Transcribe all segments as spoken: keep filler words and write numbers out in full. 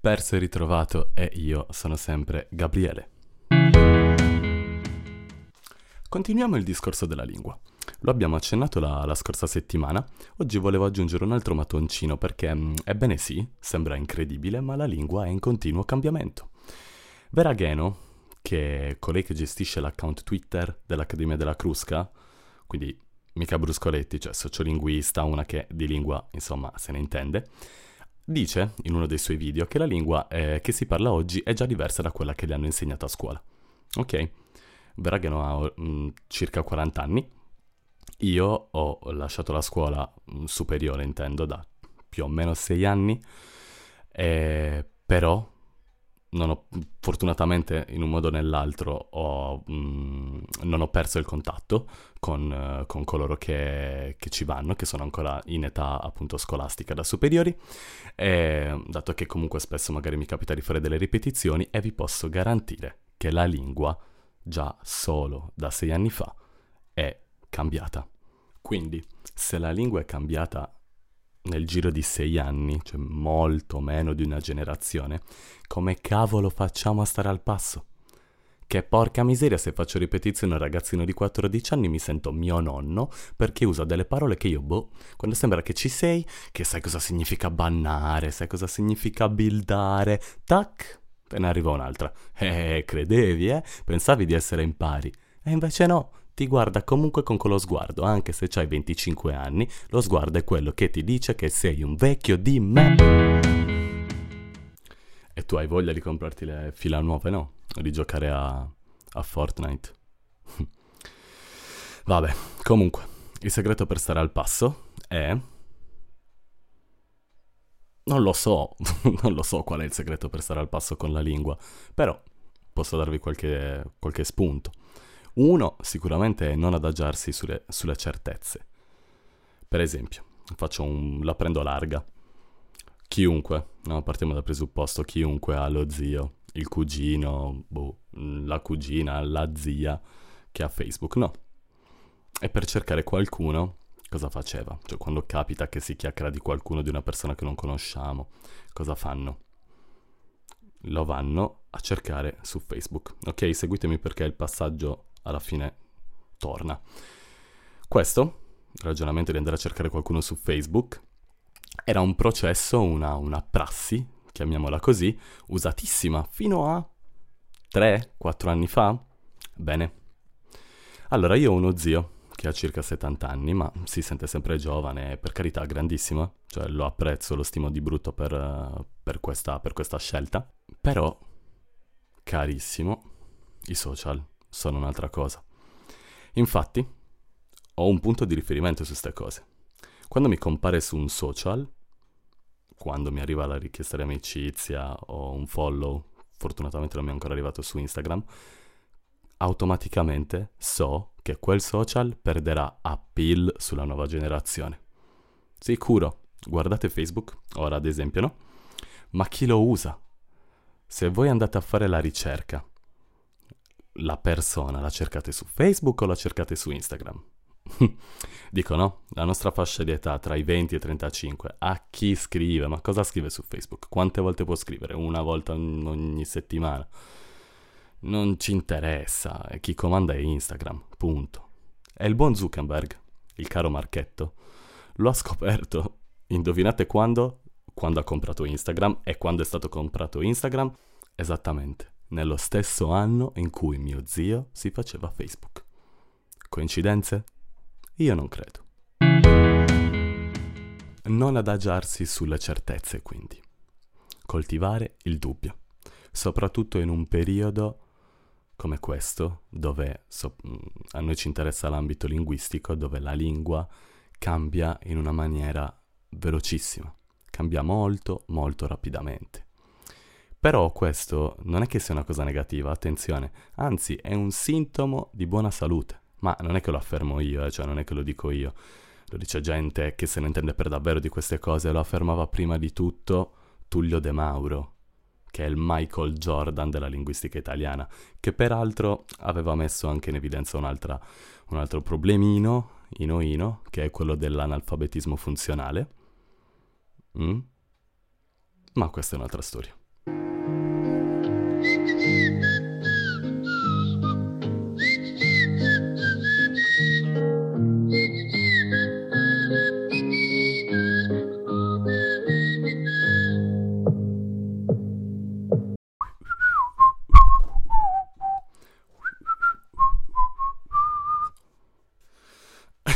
Perso e ritrovato e io sono sempre Gabriele. Continuiamo il discorso della lingua. Lo abbiamo accennato la, la scorsa settimana. Oggi volevo aggiungere un altro mattoncino perché, mh, ebbene sì, sembra incredibile, ma la lingua è in continuo cambiamento. Vera Gheno, che è colei che gestisce l'account Twitter dell'Accademia della Crusca, quindi mica Bruscoletti, cioè sociolinguista, una che di lingua, insomma, se ne intende, dice in uno dei suoi video che la lingua eh, che si parla oggi è già diversa da quella che gli hanno insegnato a scuola. Ok? Vera Gheno ha mh, circa quaranta anni. Io ho lasciato la scuola mh, superiore, intendo, da più o meno sei anni, eh, però non ho, fortunatamente in un modo o nell'altro ho, mh, non ho perso il contatto con, uh, con coloro che, che ci vanno, che sono ancora in età appunto scolastica da superiori, e, dato che comunque spesso magari mi capita di fare delle ripetizioni, e vi posso garantire che la lingua già solo da sei anni fa è cambiata. Quindi se la lingua è cambiata nel giro di sei anni, cioè molto meno di una generazione, come cavolo facciamo a stare al passo? Che porca miseria, se faccio ripetizione a un ragazzino di quattordici anni mi sento mio nonno perché usa delle parole che io, boh, quando sembra che ci sei, che sai cosa significa bannare, sai cosa significa buildare, tac, te ne arriva un'altra. Eh, credevi, eh? Pensavi di essere in pari. E invece no. Ti guarda comunque con quello sguardo, anche se c'hai venticinque anni, lo sguardo è quello che ti dice che sei un vecchio di me. E tu hai voglia di comprarti le fila nuove, no? O di giocare a, a Fortnite. Vabbè, comunque, il segreto per stare al passo è... Non lo so, non lo so qual è il segreto per stare al passo con la lingua, però posso darvi qualche, qualche spunto. Uno, sicuramente, è non adagiarsi sulle, sulle certezze. Per esempio, faccio un, la prendo larga. Chiunque, no? Partiamo dal presupposto, chiunque ha lo zio, il cugino, boh, la cugina, la zia che ha Facebook, no. E per cercare qualcuno, cosa faceva? Cioè, quando capita che si chiacchiera di qualcuno, di una persona che non conosciamo, cosa fanno? Lo vanno a cercare su Facebook. Ok, seguitemi perché il passaggio alla fine torna. Questo, il ragionamento di andare a cercare qualcuno su Facebook, era un processo, una, una prassi, chiamiamola così, usatissima fino a tre quattro anni fa. Bene. Allora, io ho uno zio che ha circa settanta anni, ma si sente sempre giovane, per carità, grandissimo, cioè lo apprezzo, lo stimo di brutto per, per, questa, per questa scelta, però, carissimo, i social sono un'altra cosa. Infatti, ho un punto di riferimento su queste cose. Quando mi compare su un social, quando mi arriva la richiesta di amicizia o un follow, fortunatamente non mi è ancora arrivato su Instagram, automaticamente so che quel social perderà appeal sulla nuova generazione. Sicuro, guardate Facebook, ora ad esempio, no? Ma chi lo usa? Se voi andate a fare la ricerca, la persona la cercate su Facebook o la cercate su Instagram? Dico no, la nostra fascia di età tra i venti e i trentacinque, a chi scrive? Ma cosa scrive su Facebook? Quante volte può scrivere? Una volta ogni settimana? Non ci interessa, chi comanda è Instagram, punto. E il buon Zuckerberg, il caro Marchetto, lo ha scoperto, indovinate quando? Quando ha comprato Instagram. E quando è stato comprato Instagram? Esattamente nello stesso anno in cui mio zio si faceva Facebook. Coincidenze? Io non credo. Non adagiarsi sulle certezze, quindi. Coltivare il dubbio, soprattutto in un periodo come questo, dove so, a noi ci interessa l'ambito linguistico, dove la lingua cambia in una maniera velocissima, cambia molto, molto rapidamente. Però questo non è che sia una cosa negativa, attenzione, anzi è un sintomo di buona salute. Ma non è che lo affermo io, eh, cioè non è che lo dico io, lo dice gente che se ne intende per davvero di queste cose, lo affermava prima di tutto Tullio De Mauro, che è il Michael Jordan della linguistica italiana, che peraltro aveva messo anche in evidenza un'altra, un altro problemino, ino ino, che è quello dell'analfabetismo funzionale. Mm? Ma questa è un'altra storia.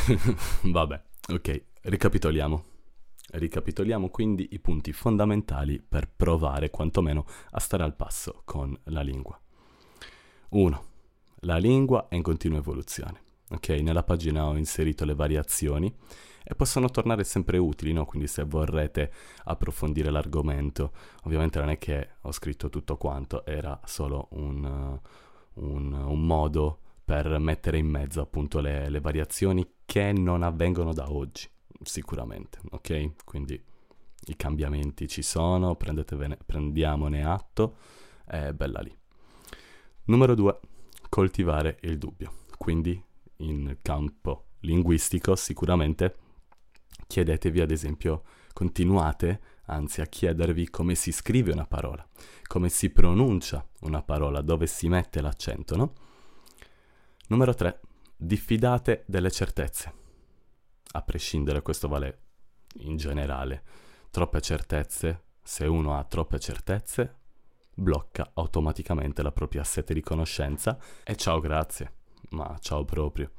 Vabbè, ok, ricapitoliamo. Ricapitoliamo quindi i punti fondamentali per provare quantomeno a stare al passo con la lingua. uno. La lingua è in continua evoluzione. Ok, nella pagina ho inserito le variazioni e possono tornare sempre utili, no? Quindi se vorrete approfondire l'argomento, ovviamente non è che ho scritto tutto quanto, era solo un, uh, un, un modo per mettere in mezzo appunto le, le variazioni che non avvengono da oggi, sicuramente, ok? Quindi i cambiamenti ci sono, prendetevene, prendiamone atto, è bella lì. Numero due, coltivare il dubbio. Quindi in campo linguistico sicuramente chiedetevi, ad esempio, continuate anzi a chiedervi come si scrive una parola, come si pronuncia una parola, dove si mette l'accento, no? Numero tre, diffidate delle certezze. A prescindere, questo vale in generale. Troppe certezze, se uno ha troppe certezze, blocca automaticamente la propria sete di conoscenza e ciao grazie, ma ciao proprio.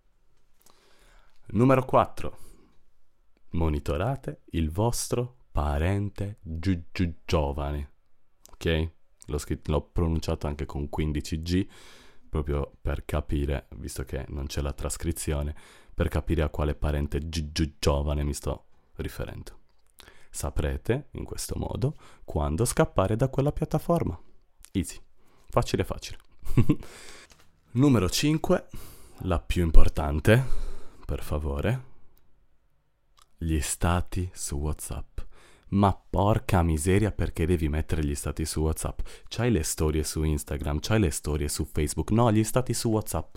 Numero quattro, monitorate il vostro parente gi- gi- giovane, ok? L'ho, scritto, l'ho pronunciato anche con quindici G, proprio per capire, visto che non c'è la trascrizione, per capire a quale parente gi- gi- giovane mi sto riferendo. Saprete, in questo modo, quando scappare da quella piattaforma. Easy. Facile facile. Numero cinque, la più importante, per favore. Gli stati su WhatsApp. Ma porca miseria, perché devi mettere gli stati su WhatsApp? C'hai le storie su Instagram, c'hai le storie su Facebook. No, gli stati su WhatsApp.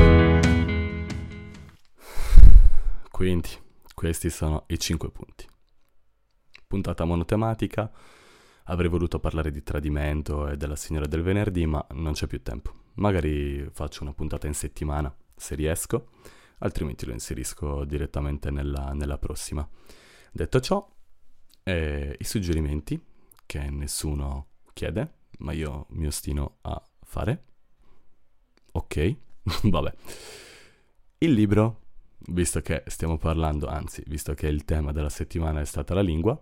Quindi, questi sono i cinque punti. Puntata monotematica, avrei voluto parlare di tradimento e della signora del venerdì, ma non c'è più tempo. Magari faccio una puntata in settimana, se riesco, altrimenti lo inserisco direttamente nella, nella prossima. Detto ciò, eh, i suggerimenti che nessuno chiede, ma io mi ostino a fare. Ok, vabbè. Il libro, visto che stiamo parlando, anzi, visto che il tema della settimana è stata la lingua,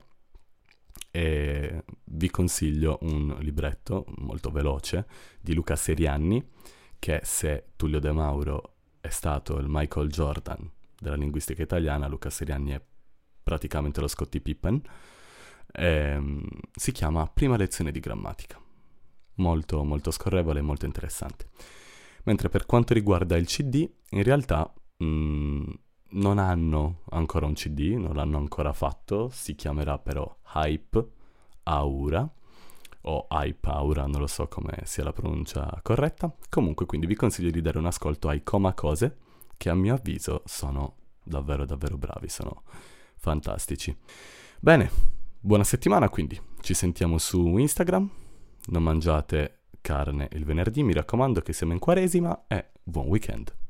e vi consiglio un libretto molto veloce di Luca Serianni, che se Tullio De Mauro è stato il Michael Jordan della linguistica italiana, Luca Serianni è praticamente lo Scottie Pippen. E, si chiama Prima lezione di grammatica, molto molto scorrevole e molto interessante. Mentre per quanto riguarda il C D, in realtà mh, non hanno ancora un C D, non l'hanno ancora fatto, si chiamerà però Hype Aura, o Hype Aura, non lo so come sia la pronuncia corretta. Comunque, quindi vi consiglio di dare un ascolto ai Comacose, che a mio avviso sono davvero davvero bravi, sono fantastici. Bene, buona settimana quindi, ci sentiamo su Instagram, non mangiate carne il venerdì, mi raccomando, che siamo in quaresima, e buon weekend.